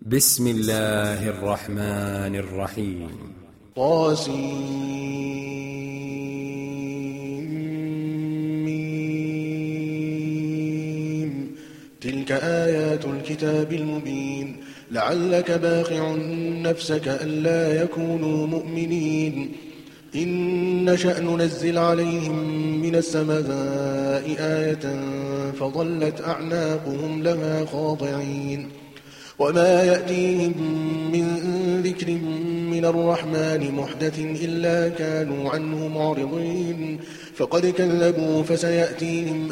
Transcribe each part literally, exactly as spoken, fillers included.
بسم الله الرحمن الرحيم. طاسيم. تلك آيات الكتاب المبين. لعلك باخع نفسك ألا يكونوا مؤمنين. إن نشأ ننزل عليهم من السماء آية فظلت أعناقهم لها خاضعين. وما يأتيهم من ذكر من الرحمن محدث إلا كانوا عنه معرضين. فقد كذبوا فسيأتيهم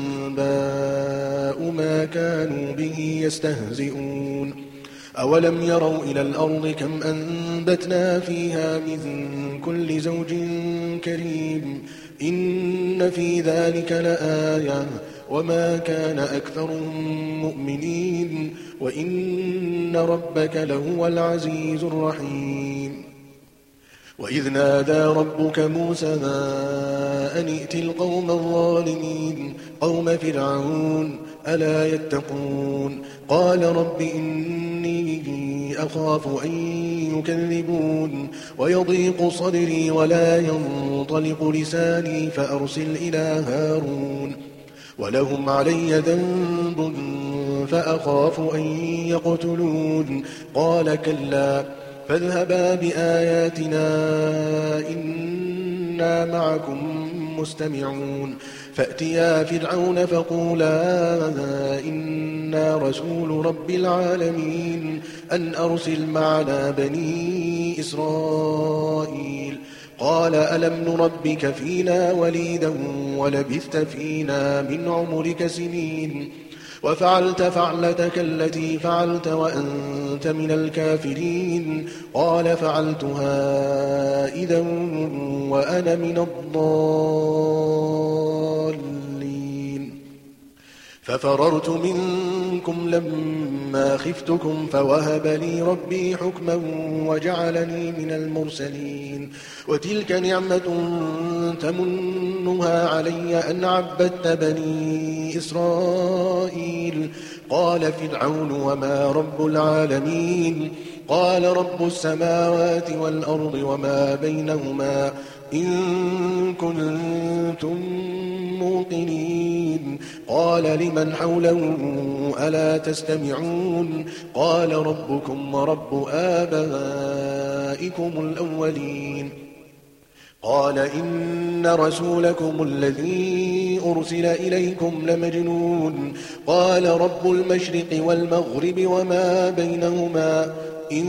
أنباء ما كانوا به يستهزئون. أولم يروا إلى الأرض كم أنبتنا فيها من كل زوج كريم. إن في ذلك لآية وما كان أكثرهم مؤمنين وإن ربك لهو العزيز الرحيم. وإذ نادى ربك موسى أن ائت القوم الظالمين قوم فرعون ألا يتقون. قال رب إني أخاف أن يكذبون ويضيق صدري ولا ينطلق لساني فأرسل إلى هارون ولهم علي ذنب فأخاف أن يقتلون. قال كلا فاذهبا بآياتنا إنا معكم مستمعون. فأتيا فرعون فقولا إنا رسول رب العالمين أن أرسل معنا بني إسرائيل. قال ألم نربك فينا وليدا ولبثت فينا من عمرك سنين وفعلت فعلتك التي فعلت وأنت من الكافرين. قال فعلتها إذا وأنا من الضالين. ففررت منكم لما خفتكم فوهب لي ربي حكما وجعلني من المرسلين. وتلك نعمة تمنها علي أن عبدت بني إسرائيل. قال فرعون وما رب العالمين. قال رب السماوات والأرض وما بينهما إن كنتم موقنين. قال لمن حوله ألا تستمعون. قال ربكم ورب آبائكم الأولين. قال إن رسولكم الذي أرسل إليكم لمجنون. قال رب المشرق والمغرب وما بينهما إن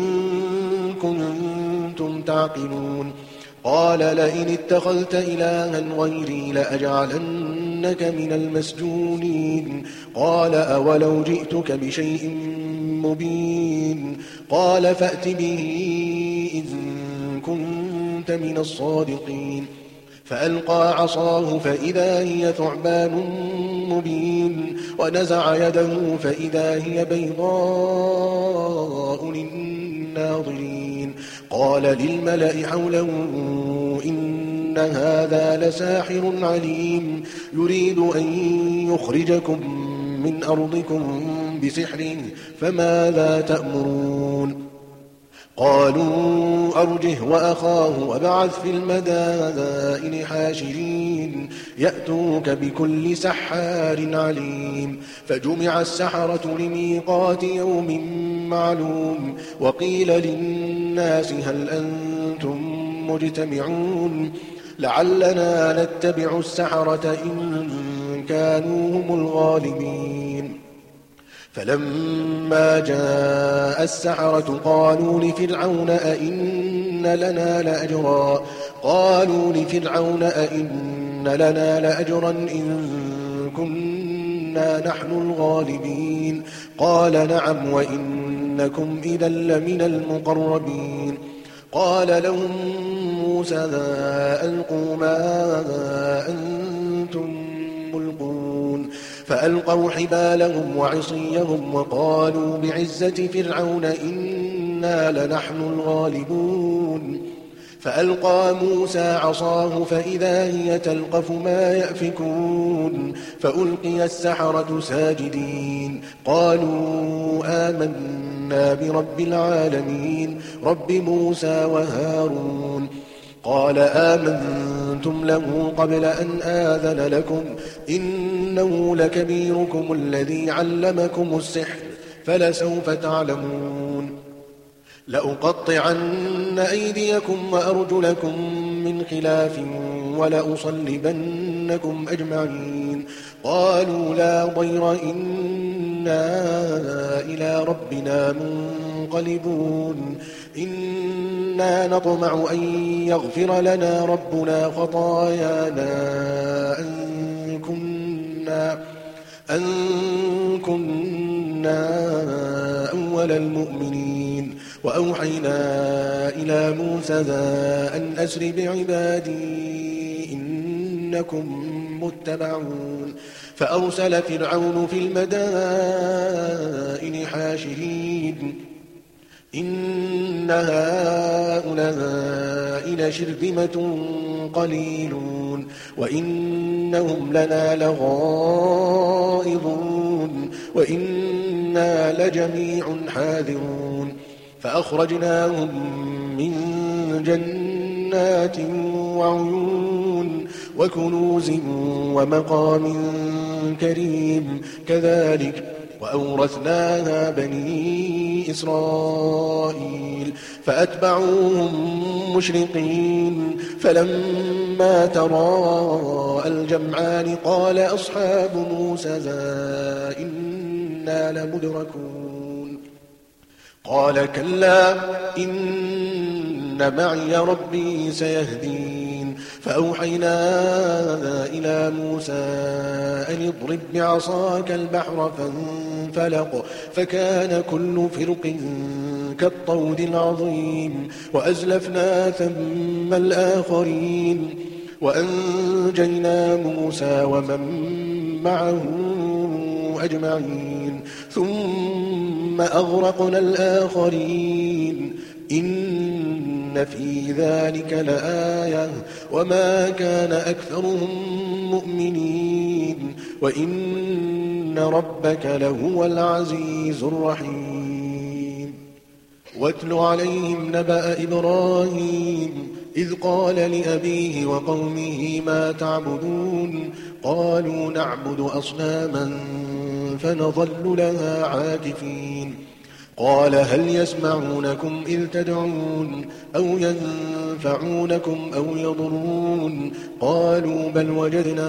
كنتم تعقلون. قال لئن اتخذت إلها غيري لأجعلنك من المسجونين. قال أولو جئتك بشيء مبين. قال فأت به إذ كنت من الصادقين. فألقى عصاه فإذا هي ثعبان مبين. ونزع يده فإذا هي بيضاء للناظرين. قال للملأ حوله إن هذا لساحر عليم يريد أن يخرجكم من أرضكم بسحره فماذا تأمرون. قالوا أرجه وأخاه وابعث في المدائن حاشرين يأتوك بكل سحار عليم. فجمع السحرة لميقات يوم معلوم. وقيل للناس هل أنتم مجتمعون لعلنا نتبع السحرة إن كانوا هم الغالبين. فلما جاء السحرة قالوا لفرعون أئن لنا لأجرا. قالوا لفرعون أئن لنا لأجرا إن كنا نحن الغالبين. قال نعم وإنكم إذا لمن المقربين. قال لهم موسى ألقوا ما أنتم ملقون. فألقوا حبالهم وعصيهم وقالوا بعزة فرعون إنا لنحن الغالبون. فألقى موسى عصاه فإذا هي تلقف ما فألقي السحرة ساجدين قالوا آمنا آمنا برب العالمين رب موسى وهارون. قال آمنتم له قبل أن آذن لكم إنه لكبيركم الذي علمكم السحر فلسوف تعلمون لأقطعن أيديكم وأرجلكم من خلاف ولأصلبنكم أجمعين. قالوا لا ضير إنا إلى ربنا منقلبون إنا نطمع أن يغفر لنا ربنا خطايانا أن كنا, أن كنا أول المؤمنين. وأوحينا إلى موسى أن أسر بعبادي إنكم متبعون. فأرسل فرعون في المدائن حاشرين إن هؤلاء لشرذمة قليلون وإنهم لنا لغائظون وإنا لجميع حاذرون. فأخرجناهم من جنات وعيون وكنوز ومقام كريم كذلك وأورثناها بني إسرائيل فأتبعوهم مشرقين. فلما تراءى الجمعان قال أصحاب موسى إنا لمدركون. قال كلا إن معي ربي سيهدين. فأوحينا إلى موسى أن اضرب بعصاك البحر فانفلق فكان كل فرق كالطود العظيم وأزلفنا ثم الآخرين وأنجينا موسى ومن معه أجمعين ثم أغرقنا الآخرين إن في ذلك لآية وما كان أكثرهم مؤمنين وإن ربك لهو العزيز الرحيم. واتل عليهم نبأ إبراهيم إذ قال لأبيه وقومه ما تعبدون قالوا نعبد أصناما فنظل لها عاكفين. قال هل يسمعونكم إذ تدعون أو ينفعونكم أو يضرون قالوا بل وجدنا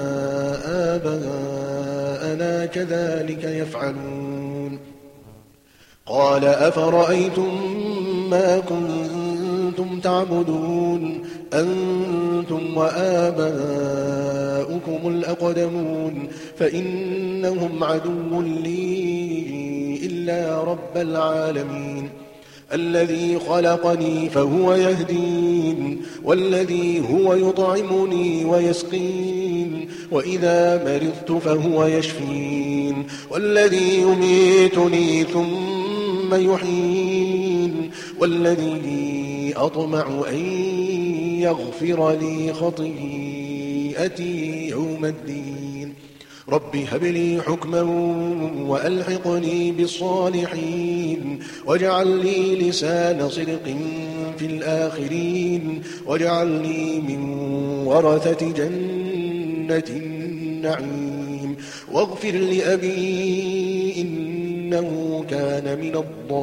آباءنا كذلك يفعلون. قال أفرأيتم ما كنتم تعبدون أنتم وآباؤكم الأقدمون فإنهم عدو لي إلا رب العالمين الذي خلقني فهو يهدين والذي هو يطعمني ويسقين وإذا مرضت فهو يشفين والذي يميتني ثم يحيين والذي أطمع أن يغفر لي خطيئتي يوم الدين. رب هب لي حكما وألحقني بالصالحين واجعل لي لسان صدق في الآخرين واجعلني من ورثة جنة النعيم واغفر لأبي إنه كان من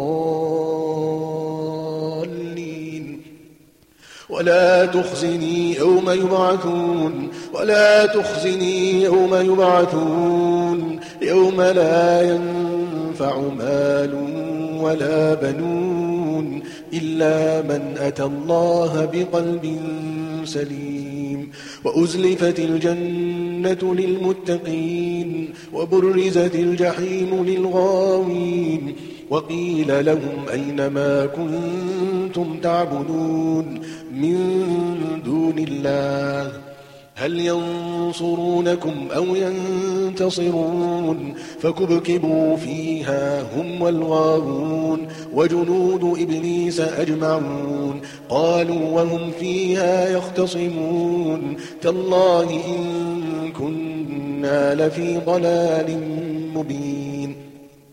الضالين ولا تخزني يوم يبعثون ولا تخزني يوم يبعثون يوم لا ينفع مال ولا بنون إلا من أتى الله بقلب سليم. وأزلفت الجنة للمتقين وبرزت الجحيم للغاوين وقيل لهم أين ما كنتم تعبدون من دون الله هل ينصرونكم أو ينتصرون فكبكبوا فيها هم والغاوون وجنود إبليس أجمعون قالوا وهم فيها يختصمون تالله إن كنا لفي ضلال مبين.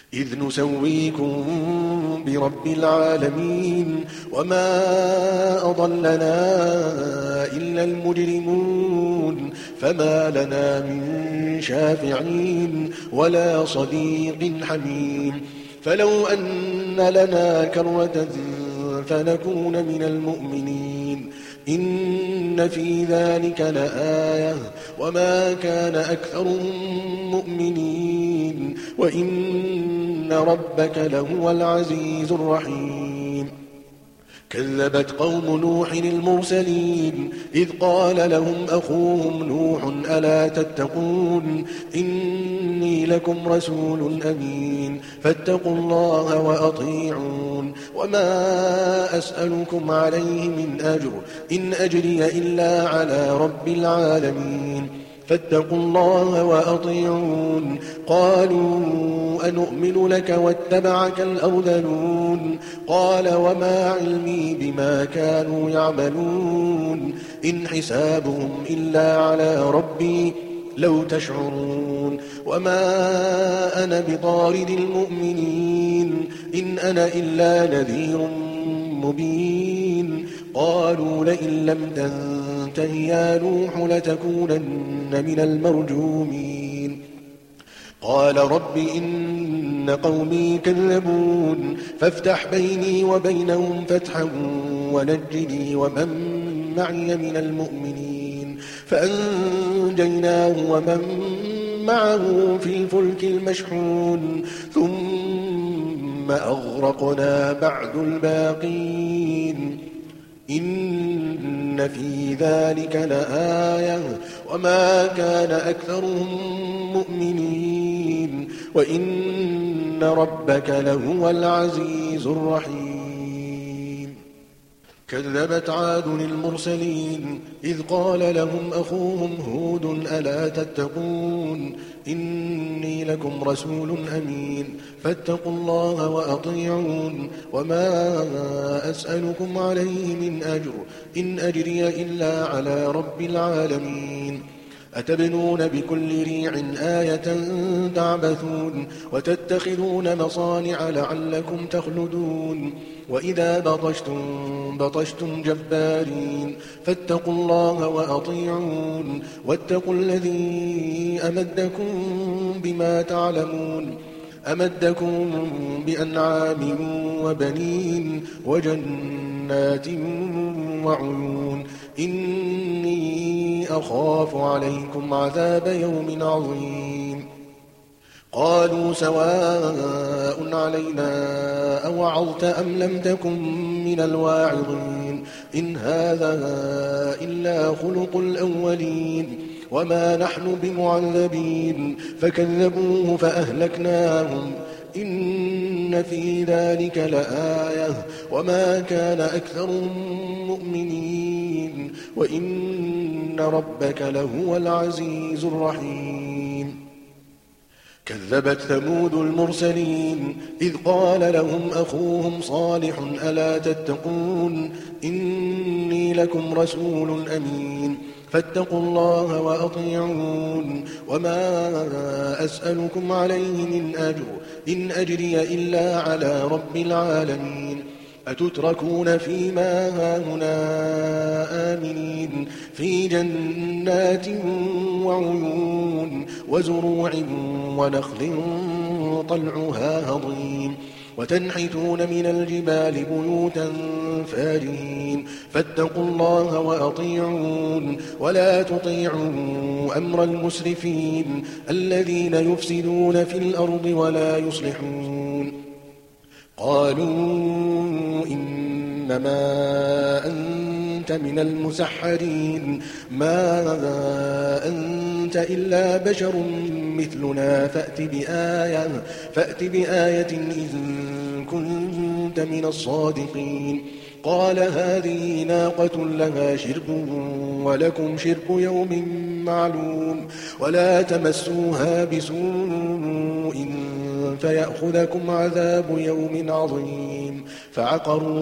إذ نسويكم برب العالمين وما أضلنا إلا المجرمون فما لنا من شافعين ولا صديق حميم فلو أن لنا كرة فنكون من المؤمنين إن في ذلك لآية وما كان أكثرهم مؤمنين وإن ربك لهو العزيز الرحيم كذبت قوم نوح المرسلين إذ قال لهم أخوهم نوح ألا تتقون إني لكم رسول أمين فاتقوا الله وأطيعون وما أسألكم عليه من أجر إن أجري إلا على رب العالمين فاتقوا الله وأطيعون قالوا أنؤمن لك واتبعك الأرذلون قال وما علمي بما كانوا يعملون إن حسابهم إلا على ربي لو تشعرون وما أنا بطارد المؤمنين إن أنا إلا نذير مبين قالوا لئن لم تنته يا نوح لتكونن من المرجومين قال رب إن قومي كذبون فافتح بيني وبينهم فتحا ونجني ومن معي من المؤمنين فأنجيناه ومن معه في الفلك المشحون ثم أغرقنا بعد الباقين إن في ذلك لآية وما كان أكثرهم مؤمنين وإن ربك لهو العزيز الرحيم كذبت عاد المرسلين إذ قال لهم أخوهم هود ألا تتقون إني لكم رسول أمين فاتقوا الله وأطيعون وما أسألكم عليه من أجر إن أجري إلا على رب العالمين أتبنون بكل ريع آية تعبثون وتتخذون مصانع لعلكم تخلدون وإذا بطشتم بطشتم جبارين فاتقوا الله وأطيعون واتقوا الذي أمدكم بما تعلمون أمدكم بأنعام وبنين وجنات وعيون إني أخاف عليكم عذاب يوم عظيم قالوا سواء علينا أوعظت أم لم تكن من الواعظين إن هذا إلا خلق الأولين وما نحن بمعذبين فكذبوه فأهلكناهم إن في ذلك لآية وما كان أكثرهم مؤمنين وإن ربك لهو العزيز الرحيم كذبت ثمود المرسلين إذ قال لهم أخوهم صالح ألا تتقون إني لكم رسول أمين فاتقوا الله وأطيعون وما أسألكم عليه من أجر إن أجري إلا على رب العالمين أتتركون فيما هاهنا آمنين في جنات وعيون وزروع ونخل طلعها هضيم وتنحتون من الجبال بيوتا فارهين فاتقوا الله وأطيعون ولا تطيعوا أمر المسرفين الذين يفسدون في الأرض ولا يصلحون قالوا إنما أنت من المسحرين ما أنت إلا بشر مثلنا فأت بآية, فأت بآية إن كنت من الصادقين قال هذه ناقة لها شرب ولكم شرب يوم معلوم ولا تمسوها بسوء فيأخذكم عذاب يوم عظيم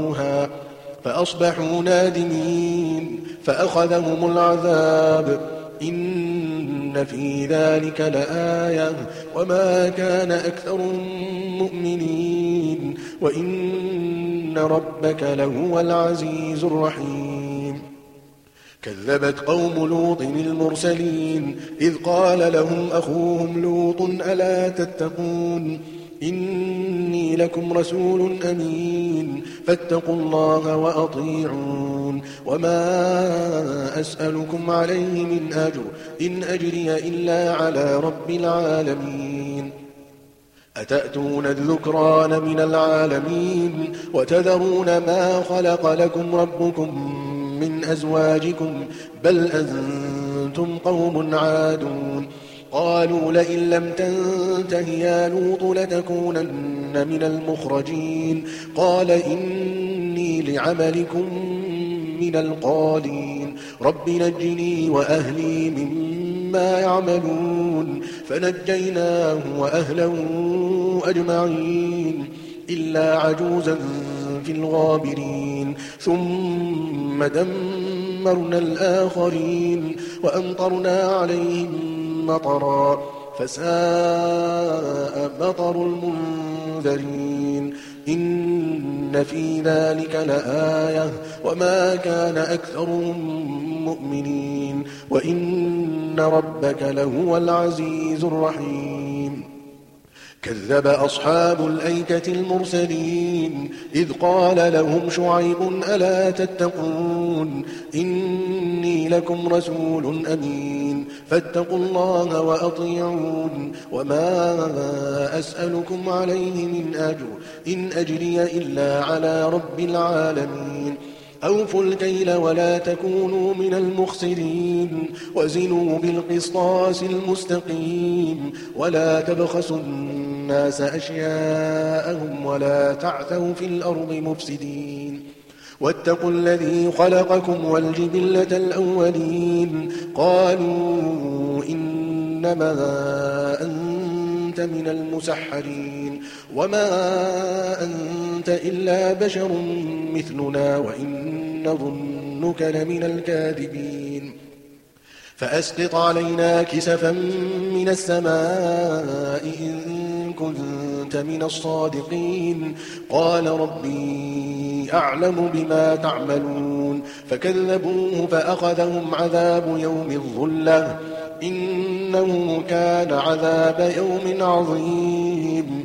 فعقروها فأصبحوا نادمين فأخذهم العذاب إن في ذلك لآية وما كان أكثرهم مؤمنين وإن ربك لهو العزيز الرحيم كذبت قوم لوط المرسلين إذ قال لهم أخوهم لوط ألا تتقون إني لكم رسول أمين فاتقوا الله وأطيعون وما أسألكم عليه من أجر إن أجري إلا على رب العالمين أتأتون الذكران من العالمين وتذرون ما خلق لكم ربكم من أزواجكم بل أنتم قوم عادون قالوا لئن لم تنته يا لوط لتكونن من المخرجين قال إني لعملكم من القالين رب نجني وأهلي مما يعملون فنجيناه وأهله أجمعين إلا عجوزا في الغابرين ثم دمرنا الآخرين وأمطرنا عليهم مطرا فساء مطر المنذرين إن في ذلك لآية وما كان أكثرهم مؤمنين وإن ربك لهو العزيز الرحيم كذب أصحاب الأيكة المرسلين إذ قال لهم شعيب ألا تتقون إني لكم رسول أمين فاتقوا الله وأطيعون وما أسألكم عليه من أجر إن أجري إلا على رب العالمين أوفوا الكيل ولا تكونوا من المخسرين وزنوا بالقسطاس المستقيم ولا تبخسوا الناس أشياءهم ولا تعثوا في الأرض مفسدين واتقوا الذي خلقكم والجبلة الأولين قالوا إنما أنت من المسحرين وما أنت إلا بشر مثلنا وإن نظنك لمن الكاذبين فأسقط علينا كسفا من السماء إن كنت من الصادقين قال ربي أعلم بما تعملون فكذبوه فأخذهم عذاب يوم الظلة إنه كان عذاب يوم عظيم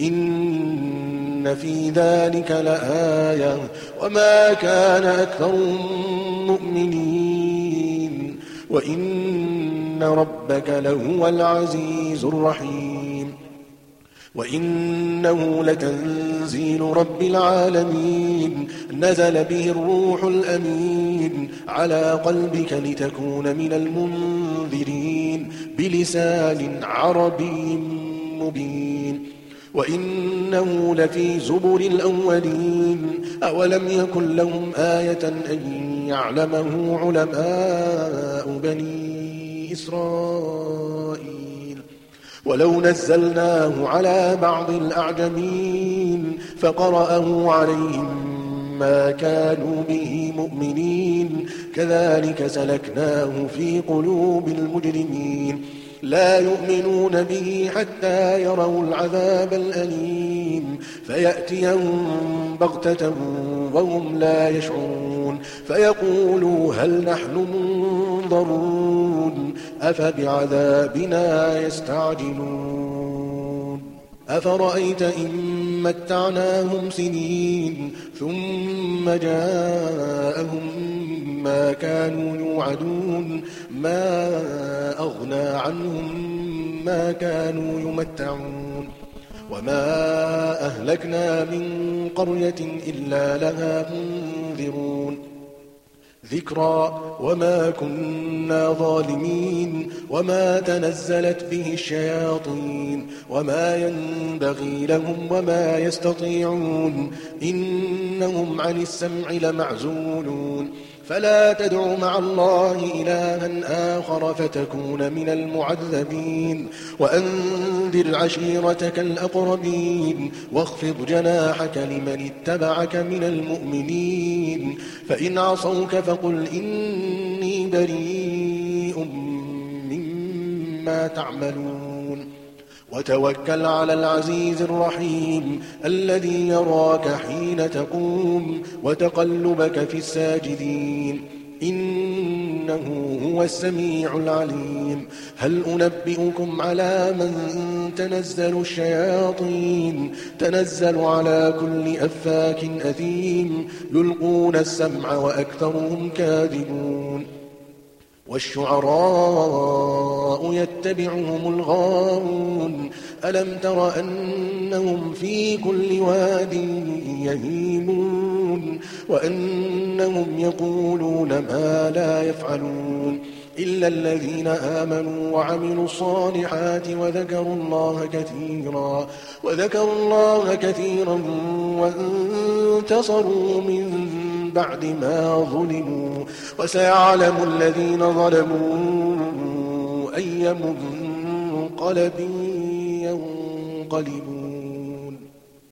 إن في ذلك لآية وما كان أكثرهم مؤمنين وإن ربك لهو العزيز الرحيم وإنه لتنزيل رب العالمين نزل به الروح الأمين على قلبك لتكون من المنذرين بلسان عربي مبين وإنه لفي زبر الأولين أولم يكن لهم آية أن يعلمه علماء بني إسرائيل ولو نزلناه على بعض الأعجمين فقرأه عليهم ما كانوا به مؤمنين كذلك سلكناه في قلوب المجرمين لا يؤمنون به حتى يروا العذاب الأليم فيأتيهم بغتة وهم لا يشعرون فيقولوا هل نحن منظرون أفبعذابنا يستعجلون أفرأيت إن متعناهم سنين ثم جاءهم ما كانوا يوعدون ما أغنى عنهم ما كانوا يمتعون وما أهلكنا من قرية إلا لها منذرون ذكرى وما كنا ظالمين وما تنزلت به الشياطين وما ينبغي لهم وما يستطيعون إنهم عن السمع لمعزولون فلا تدع مع الله إلها آخر فتكون من المعذبين وأنذر عشيرتك الأقربين واخفض جناحك لمن اتبعك من المؤمنين فإن عصوك فقل إني بريء ما تعملون وتوكل على العزيز الرحيم الذي يراك حين تقوم وتقلبك في الساجدين إنه هو السميع العليم هل أنبئكم على من تنزل الشياطين تنزل على كل أفاك أثيم يلقون السمع وأكثرهم كاذبون والشعراء يتبعهم الغاوون ألم تر أنهم في كل واد يهيمون وأنهم يقولون ما لا يفعلون إلا الذين آمنوا وعملوا الصالحات وذكروا الله كثيرا وذكروا الله كثيرا وانتصروا من بعد ما ظلموا وسيعلم الذين ظلموا أي منقلب ينقلبون